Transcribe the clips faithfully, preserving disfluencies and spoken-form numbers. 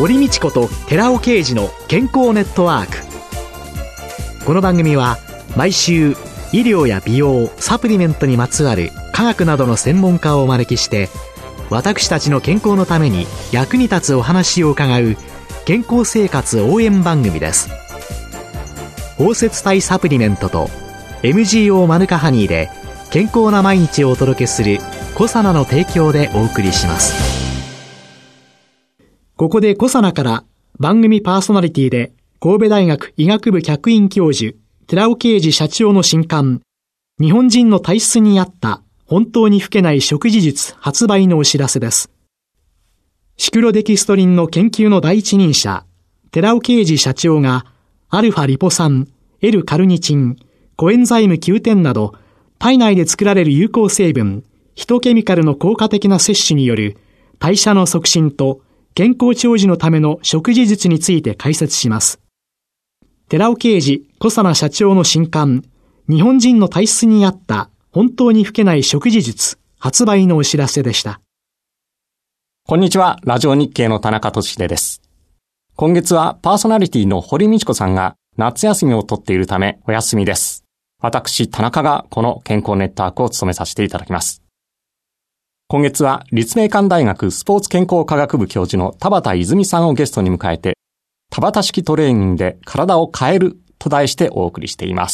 堀道子と寺尾啓二の健康ネットワーク。この番組は毎週医療や美容、サプリメントにまつわる科学などの専門家をお招きして、私たちの健康のために役に立つお話を伺う健康生活応援番組です。包摂体サプリメントと エムジーオー マヌカハニーで健康な毎日をお届けするコサナの提供でお送りします。ここでコサナから番組パーソナリティで神戸大学医学部客員教授寺尾啓二社長の新刊、日本人の体質に合った本当に老けない食事術発売のお知らせです。シクロデキストリンの研究の第一人者寺尾啓二社長がアルファリポ酸、L カルニチン、コエンザイム キューテン など体内で作られる有効成分ヒトケミカルの効果的な摂取による代謝の促進と健康長寿のための食事術について解説します。寺尾啓二コサナ社長の新刊、日本人の体質に合った本当に老けない食事術発売のお知らせでした。 こんにちは、ラジオ日経の田中俊秀です。今月はパーソナリティの堀道子さんが夏休みを取っているためお休みです。私、田中がこの健康ネットワークを務めさせていただきます。今月は立命館大学スポーツ健康科学部教授の田畑泉さんをゲストに迎えて、田畑式トレーニングで体を変えると題してお送りしています。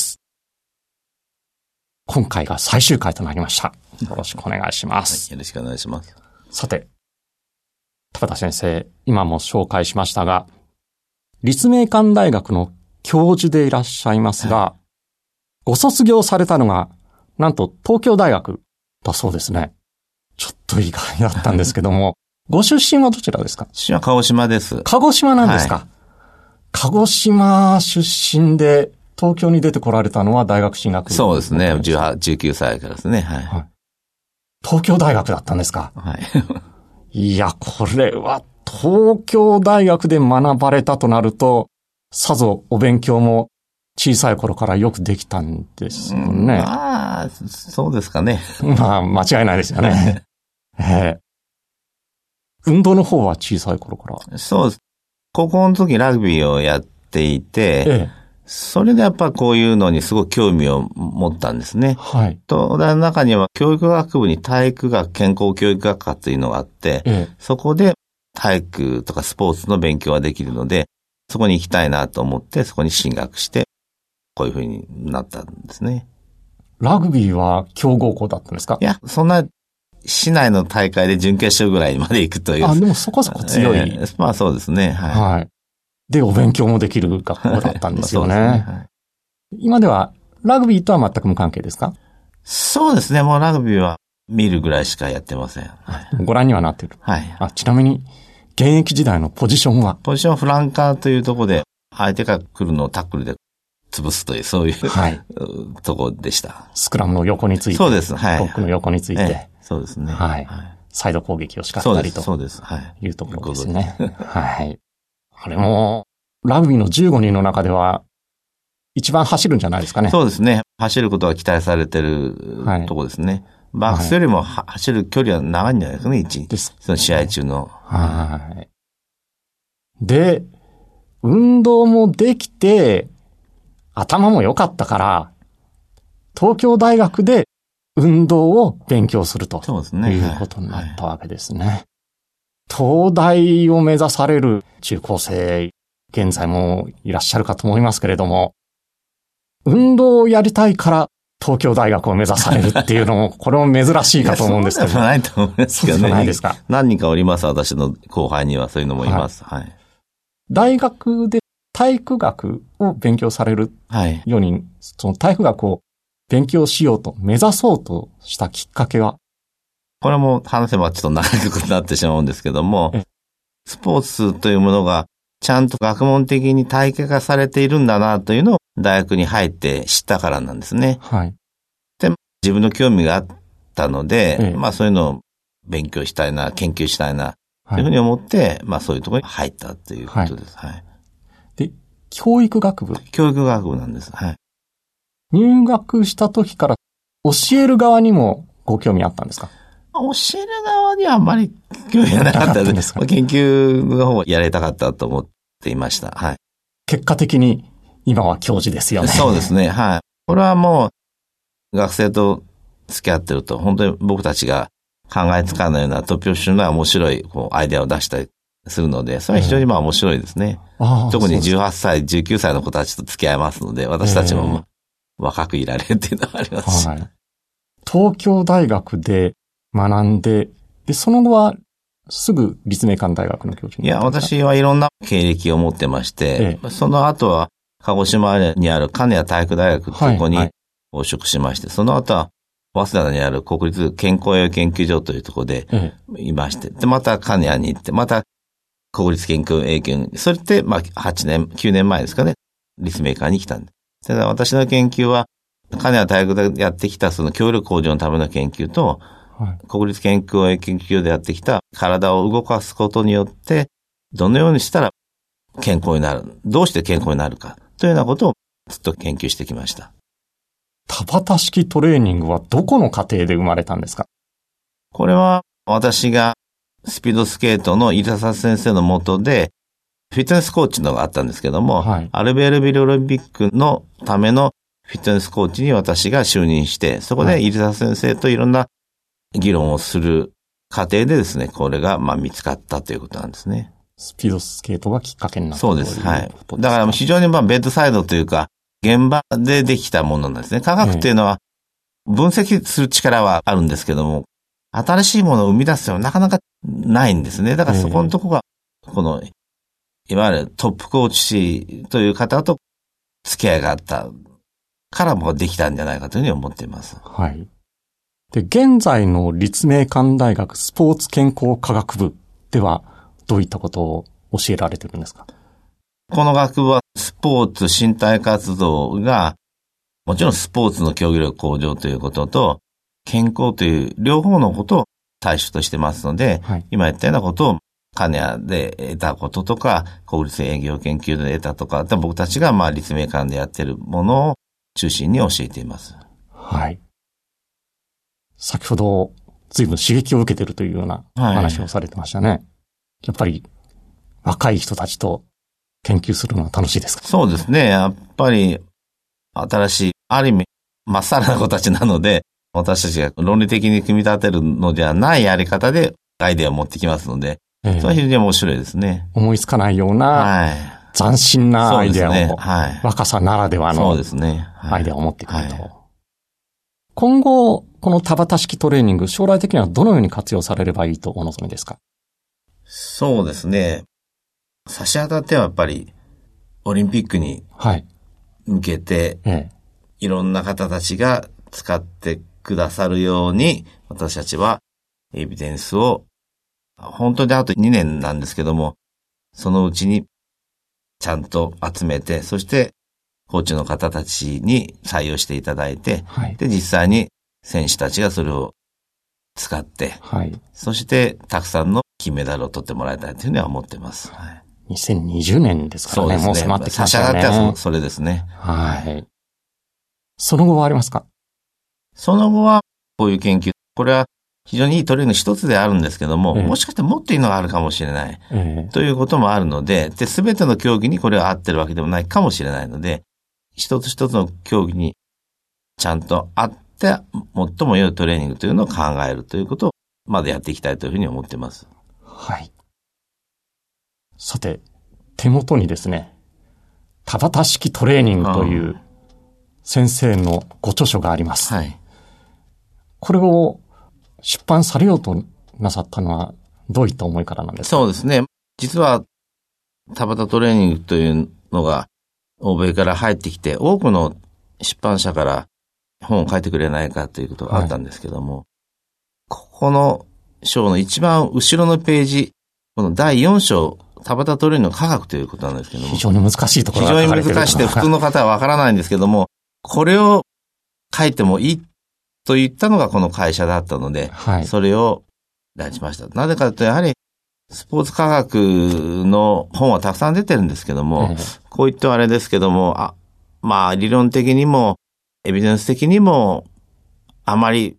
今回が最終回となりました。よろしくお願いします。 はい、よろしくお願いします。 さて、田畑先生、今も紹介しましたが、立命館大学の教授でいらっしゃいますが、はい、ご卒業されたのが、なんと東京大学だそうですね。ちょっと意外だったんですけども、ご出身はどちらですか？ 出身は鹿児島です。 鹿児島なんですか？はい、鹿児島出身で東京に出てこられたのは大学進学？ そうですね。じゅうはち、じゅうきゅうさいからですね。はい。はい、 東京大学だったんですか？ はい。 いや、これは東京大学で学ばれたとなると、さぞお勉強も小さい頃からよくできたんですよね。 まあ、そうですかね。 まあ、間違いないですよね。えー、運動の方は小さい頃から？ そうです。高校の時ラグビーをやっていて、ええ、それでやっぱこういうのにすごく興味を持ったんですね。はい。東大の中には教育学部に体育学、健康教育学科というのがあって、ええ、そこで体育とかスポーツの勉強ができるので、そこに行きたいなと思ってそこに進学して、こういう風になったんですね。 ラグビーは強豪校だったんですか？ いや、そんな市内の大会で準決勝ぐらいまで行くという。 あ、でもそこそこ強い。えー、まあそうですね。はい。はい。 で、お勉強もできる学校だったんですよね。まあそうですね。はい、今ではラグビーとは全く無関係ですか？ そうですね。もうラグビーは見るぐらいしかやってません。 はい、ご覧にはなっている。 はい。 あ、ちなみに現役時代のポジションは？ ポジションはフランカーというところで、相手が来るのをタックルで潰すという、そういう、はい、ところでした。 スクラムの横について。 そうです。はい。 ロックの横について。ええ、そうですね。 はい。はい、サイド攻撃を仕掛けたりと。 そうです。そうです。はい。 いうところですね。はい。あれも、ラグビーのじゅうごにんの中では、一番走るんじゃないですかね。 そうですね。走ることが期待されてるところですね。はい、バックスよりも走る距離は長いんじゃないですかね、一。です。その試合中の。 はい。で、運動もできて、頭も良かったから、東京大学で運動を勉強すると。 そうですね。 いうことになったわけですね。はいはい、東大を目指される中高生、現在もいらっしゃるかと思いますけれども、運動をやりたいから東京大学を目指されるっていうのも、これも珍しいかと思うんですけど。 そうではないと思いますけどね。 そうじゃないですか。 何人かおります、私の後輩にはそういうのもいます。はい。はい、 大学で体育学を勉強されるように、はい、その体育学を勉強しようと、目指そうとしたきっかけは？ これも話せばちょっと長くなってしまうんですけども、スポーツというものがちゃんと学問的に体系化されているんだなというのを大学に入って知ったからなんですね。はい。で、自分の興味があったので、ええ、まあそういうのを勉強したいな、研究したいな、というふうに思って、はい、まあそういうところに入ったということです。はい。はい、 で、教育学部？ 教育学部なんです。はい。 入学した時から教える側にもご興味あったんですか？ 教える側にはあんまり興味がなかったです。研究の方をやりたかったと思っていました。はい。 結果的に今は教授ですよね。 そうですね。はい。これはもう学生と付き合ってると本当に僕たちが考えつかないような突拍子の面白いこうアイデアを出したりするので、それは非常にまあ面白いですね。えー、特にじゅうはっさい、じゅうきゅうさいの子たちと付き合いますので、私たちも若くいられるっていうのはありますし。 はい、東京大学で学んで、で、その後はすぐ立命館大学の教授になったんですか？ いや、私はいろんな経歴を持ってまして、ええ、その後は鹿児島にある金谷体育大学というところに合職しまして、はいはい、その後は早稲田にある国立健康栄養研究所というところでいまして、ええ、で、また金谷に行って、また国立健康栄養研究所、それで、まあ、はちねん、きゅうねんまえですかね、立命館に来たんです。ただ私の研究は、金谷体育でやってきたその協力向上のための研究と、はい、国立健康栄養研究所でやってきた体を動かすことによって、どのようにしたら健康になる、どうして健康になるか、というようなことをずっと研究してきました。 田畑式トレーニングはどこの過程で生まれたんですか？ これは私がスピードスケートの入澤先生の下で、フィットネスコーチのがあったんですけども、はい、アルベールビルオリンピックのためのフィットネスコーチに私が就任して、そこで入澤先生といろんな議論をする過程でですね、これがまあ見つかったということなんですね。 スピードスケートがきっかけになったそうです。はい。だから非常にまあベッドサイドというか、現場でできたものなんですね。科学っていうのは分析する力はあるんですけども、新しいものを生み出すのはなかなかないんですね。だからそこのとこが、この、いわゆるトップコーチという方と付き合いがあったからもできたんじゃないかというふうに思っています。 はい。で、現在の立命館大学スポーツ健康科学部ではどういったことを教えられてるんですか？ この学部はスポーツ身体活動が、もちろんスポーツの競技力向上ということと、健康という両方のことを対象としてますので、はい、今言ったようなことを金谷で得たこととか、国立営業研究で得たとか、僕たちがまあ立命館でやっているものを中心に教えています。 はい。先ほど随分刺激を受けているというような話をされてましたね。はい、やっぱり若い人たちと研究するのは楽しいですか？ そうですね。やっぱり新しい、ある意味、まっさらな子たちなので、私たちが論理的に組み立てるのではないやり方でアイデアを持ってきますので、ええ、それは非常に面白いですね。 思いつかないような斬新なアイデアを、はいはい、若さならではのアイデアを持ってくると。はいはい、今後、この田畑式トレーニング、将来的にはどのように活用されればいいとお望みですか？ そうですね。差し当たってはやっぱりオリンピックに向けて、はいええ、いろんな方たちが使ってくださるように、私たちはエビデンスを本当にあとにねんなんですけども、そのうちにちゃんと集めて、そしてコーチの方たちに採用していただいて、はい、で実際に選手たちがそれを使って、はい、そしてたくさんの金メダルを取ってもらいたいというふうには思っています。はい、 にせんにじゅうねんですからね。そうですね。もう迫ってきましたね。差し上がってはそれですね。 はい。その後はありますか？ その後はこういう研究、これは非常にいいトレーニング一つであるんですけども、ええ、もしかしてもっといいのがあるかもしれない、ええ、ということもあるので、で、すべての競技にこれは合ってるわけでもないかもしれないので、一つ一つの競技にちゃんと合って最も良いトレーニングというのを考えるということをまだやっていきたいというふうに思っています。 はい。さて、手元にですね、田畑式トレーニングという先生のご著書があります。はい。これを出版されようとなさったのはどういった思いからなんですか？ そうですね。実は田畑トレーニングというのが欧米から入ってきて、多くの出版社から本を書いてくれないかということがあったんですけども、はい、ここの章の一番後ろのページ、このだいよん章、田畑トレーニングの科学ということなんですけども。 非常に難しいところが書かれている。 非常に難しくて普通の方はわからないんですけども、これを書いてもいいと言ったのがこの会社だったので、はい、それを出しました。なぜかというと、やはりスポーツ科学の本はたくさん出てるんですけども、えー、こう言ってはあれですけども、あ、まあ理論的にもエビデンス的にもあまり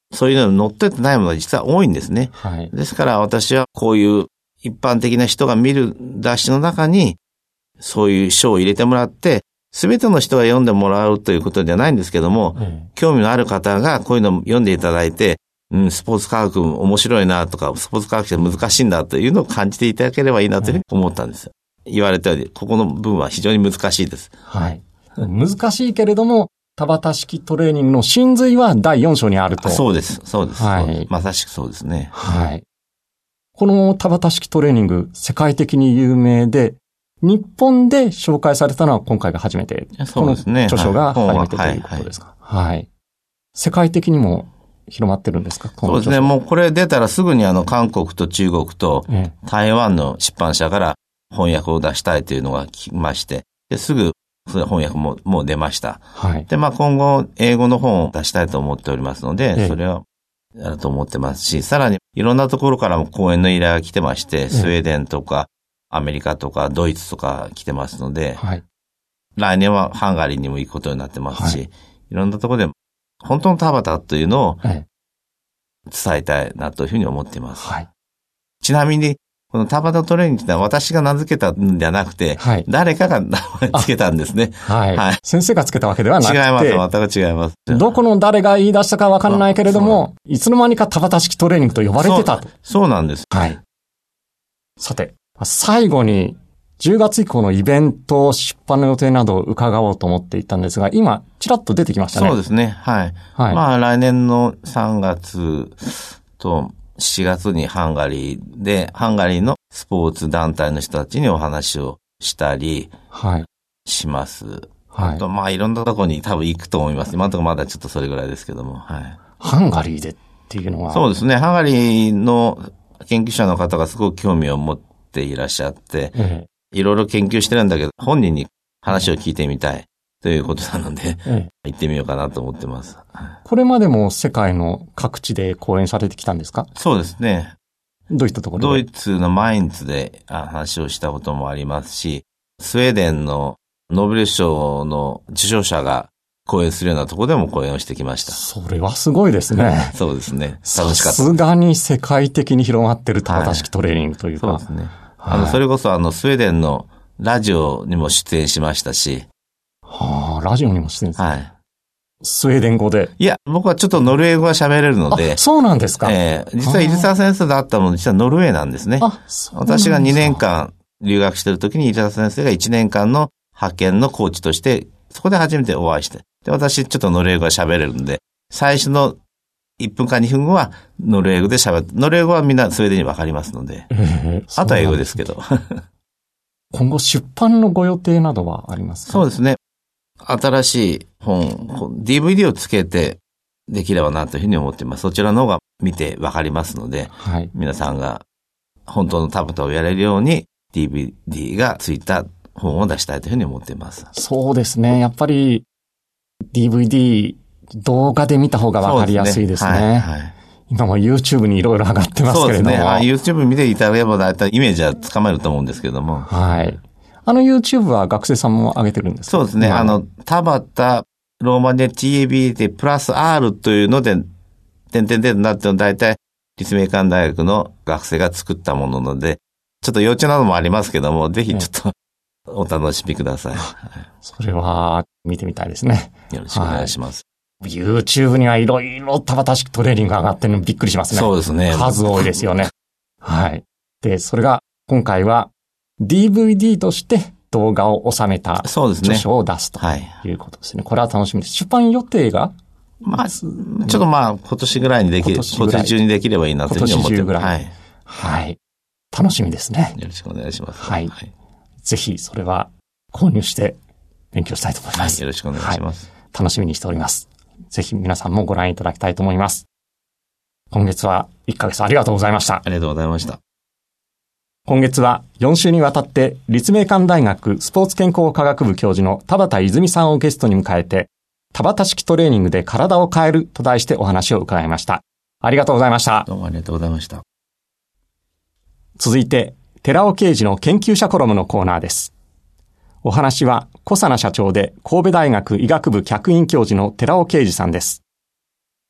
そういうのに載ってってないものが実は多いんですね。 はい。 ですから私はこういう一般的な人が見る雑誌の中に、そういう書を入れてもらって、すべての人が読んでもらうということではないんですけども、うん、興味のある方がこういうのを読んでいただいて、うん、スポーツ科学面白いなとか、スポーツ科学って難しいんだというのを感じていただければいいなというふうに思ったんです。うん、言われたように、ここの部分は非常に難しいです。 はい。難しいけれども、田畑式トレーニングの真髄はだいよん章にあると。 そうです。そうです。 はい。 まさしくそうですね。 はい。この田畑式トレーニング、世界的に有名で、日本で紹介されたのは今回が初めて。 そうですね。 この著書が初めてということですか。はい。はいはい、世界的にも広まってるんですか？ そうですね。もうこれ出たらすぐにあの韓国と中国と台湾の出版社から翻訳を出したいというのが来まして、ですぐそれ翻訳ももう出ました。はい。で、まあ今後英語の本を出したいと思っておりますので、それをやると思ってますし、さらにいろんなところからも講演の依頼が来てまして、スウェーデンとかアメリカとかドイツとか来てますので、はい、来年はハンガリーにも行くことになってますし、はい、いろんなところで本当の田畑というのを伝えたいなというふうに思っています。はい、ちなみに、この田畑トレーニングってのは私が名付けたんじゃなくて、はい、誰かが名前つけたんですね。 はいはい、先生がつけたわけではなくて。 違います。全く違います。 どこの誰が言い出したかわからないけれども、いつの間にか田畑式トレーニングと呼ばれてたと。 そう、そうなんです。 はい。さて、最後にじゅうがつ以降のイベント、出版の予定などを伺おうと思っていたんですが、今、ちらっと出てきましたね。 そうですね。はい。はい、まあ、来年のさんがつとしがつにハンガリーで、ハンガリーのスポーツ団体の人たちにお話をしたりします。はい。あと、まあ、いろんなところに多分行くと思います。今のところまだちょっとそれぐらいですけども。はい。 ハンガリーでっていうのは？ そうですね。ハンガリーの研究者の方がすごく興味を持っていらっしゃって、ええ、いろいろ研究してるんだけど、本人に話を聞いてみたいということなので、ええ、行ってみようかなと思ってます。 これまでも世界の各地で講演されてきたんですか？ そうですね。 どういったところで？ ドイツのマインツで話をしたこともありますし、スウェーデンのノーベル賞の受賞者が講演するようなところでも講演をしてきました。 それはすごいですね。 そうですね。楽しかった。 さすがに世界的に広まってる田畑式トレーニングというか。 はい、そうですね。はい、あの、それこそあの、スウェーデンのラジオにも出演しましたし。 はあ、ラジオにも出演する。 はい。 スウェーデン語で。 いや、僕はちょっとノルウェー語が喋れるので。 あ、そうなんですか。 ええー、実は入澤先生だったもの、実はノルウェーなんですね。あ、そうなんですか。私がにねんかん留学してる時に入澤先生がいちねんかんの派遣のコーチとして、そこで初めてお会いして。で、私ちょっとノルウェー語が喋れるんで、最初のいっぷんかにふんごはノルウェー語で喋って、ノルウェー語はみんなスウェーデンにわかりますので。えー、あとは英語ですけど。 今後出版のご予定などはありますか？ そうですね。新しい本、ディーブイディー をつけてできればなというふうに思っています。そちらの方が見てわかりますので、はい、皆さんが本当の田畑をやれるように ディーブイディー がついた本を出したいというふうに思っています。 そうですね。やっぱり ディーブイディー、動画で見た方がわかりやすいですね。そうですね。はいはい、今も YouTube にいろいろ上がってますけれども。 そうですね。YouTube 見ていただければだいたいイメージはつかめると思うんですけども。 はい。あの YouTube は学生さんも上げてるんですか？ そうですね。あの、田畑、ローマで ティーエービー でプラス R というので、点々点になってるのだいたい立命館大学の学生が作ったものなので、ちょっと幼稚なのもありますけども、ぜひちょっとお楽しみください。 それは見てみたいですね。 よろしくお願いします。 はい、YouTube にはいろいろ田畑式トレーニングが上がってるのびっくりしますね。 そうですね。 数多いですよね。はい。で、それが今回はディーブイディー として動画を収めた著書を出すということですね。これは楽しみです。出版予定がまあ、ちょっとまあ、今年ぐらいにできる、今年, 今年中にできればいいなというふうに思ってます。今年中ぐらい。はい。 はい。楽しみですね。 よろしくお願いします。 はい。はい、ぜひ、それは購入して勉強したいと思います。 はい、よろしくお願いします、 はい。楽しみにしております。ぜひ皆さんもご覧いただきたいと思います。今月はいっかげつありがとうございました。 ありがとうございました。 今月はよん週にわたって立命館大学スポーツ健康科学部教授の田畑泉さんをゲストに迎えて、田畑式トレーニングで体を変えると題してお話を伺いました。ありがとうございました。 どうもありがとうございました。 続いて、寺尾啓二の研究者コラムのコーナーです。お話は小佐奈社長で神戸大学医学部客員教授の寺尾啓二さんです。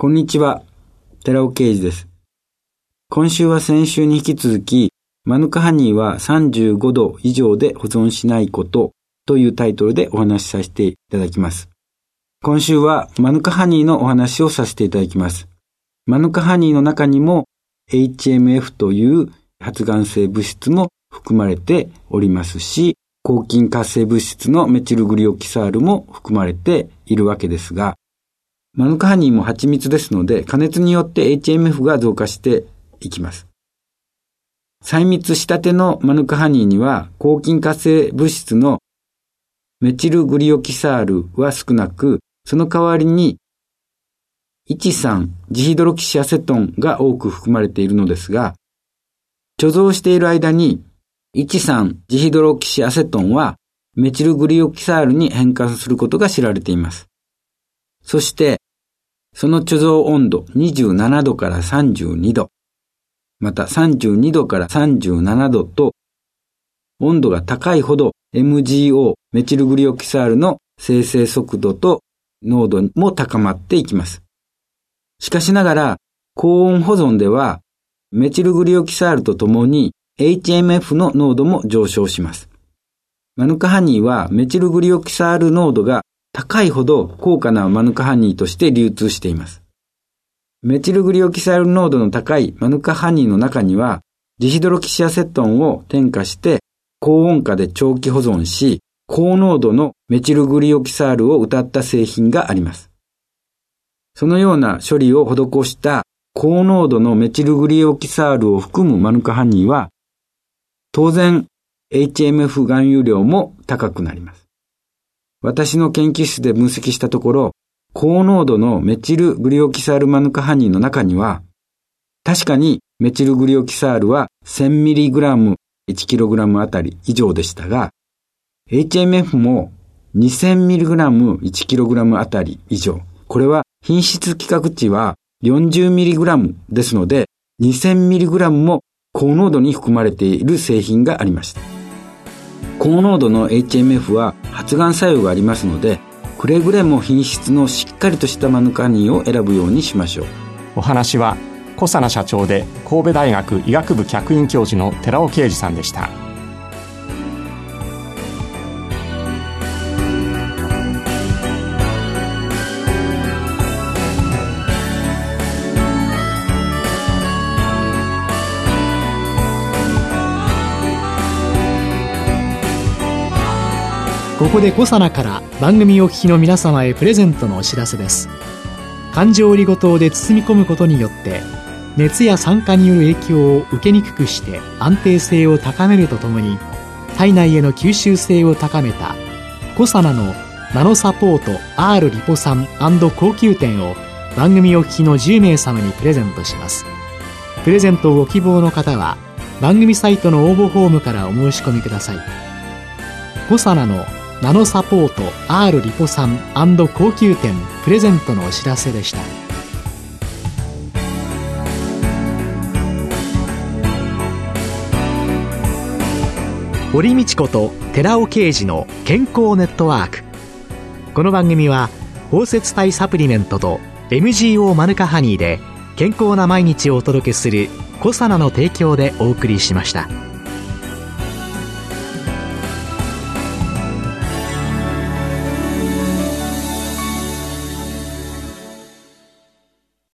こんにちは、寺尾啓二です。今週は先週に引き続き、マヌカハニーはさんじゅうごど以上で保存しないことというタイトルでお話しさせていただきます。今週はマヌカハニーのお話をさせていただきます。マヌカハニーの中にも エイチエムエフ という発がん性物質も含まれておりますし、抗菌活性物質のメチルグリオキサールも含まれているわけですが、マヌカハニーも蜂蜜ですので、加熱によって エイチエムエフ が増加していきます。細密仕立てのマヌカハニーには抗菌活性物質のメチルグリオキサールは少なく、その代わりにいちさんジヒドロキシアセトンが多く含まれているのですが、貯蔵している間にいちさんジヒドロキシアセトンはメチルグリオキサールに変換することが知られています。そして、その貯蔵温度にじゅうななどからさんじゅうにど、またさんじゅうにどからさんじゅうななどと、温度が高いほど エムジーオー、メチルグリオキサールの生成速度と濃度も高まっていきます。しかしながら、高温保存では、メチルグリオキサールとともに エイチエムエフ の濃度も上昇します。マヌカハニーはメチルグリオキサール濃度が高いほど高価なマヌカハニーとして流通しています。メチルグリオキサール濃度の高いマヌカハニーの中には、ジヒドロキシアセトンを添加して高温下で長期保存し、高濃度のメチルグリオキサールを謳った製品があります。そのような処理を施した高濃度のメチルグリオキサールを含むマヌカハニーは、当然 エイチエムエフ 含有量も高くなります。私の研究室で分析したところ、高濃度のメチルグリオキサールマヌカハニーの中には、確かにメチルグリオキサールは せんミリグラムいちキログラム あたり以上でしたが、エイチエムエフ も にせんミリグラムいちキログラム あたり以上。これは品質規格値は よんじゅうミリグラム ですので、にせんミリグラム も高濃度に含まれている製品がありました。高濃度の エイチエムエフ は発がん作用がありますので、くれぐれも品質のしっかりとしたマヌカハニーを選ぶようにしましょう。 お話は小佐奈社長で神戸大学医学部客員教授の寺尾啓二さんでした。 ここでコサナから番組お聞きの皆様へプレゼントのお知らせです。環状オリゴ糖で包み込むことによって熱や酸化による影響を受けにくくして安定性を高めるとともに、体内への吸収性を高めたコサナのナノサポート R リポ酸&高級店を番組お聞きのじゅうめいさまにプレゼントします。プレゼントをご希望の方は番組サイトの応募フォームからお申し込みください。コサナのナノサポート R リポ酸&高級店プレゼントのお知らせでした。堀道子と寺尾啓二の健康ネットワーク。この番組は包摂体サプリメントと エムジーオー マヌカハニーで健康な毎日をお届けするコサナの提供でお送りしました。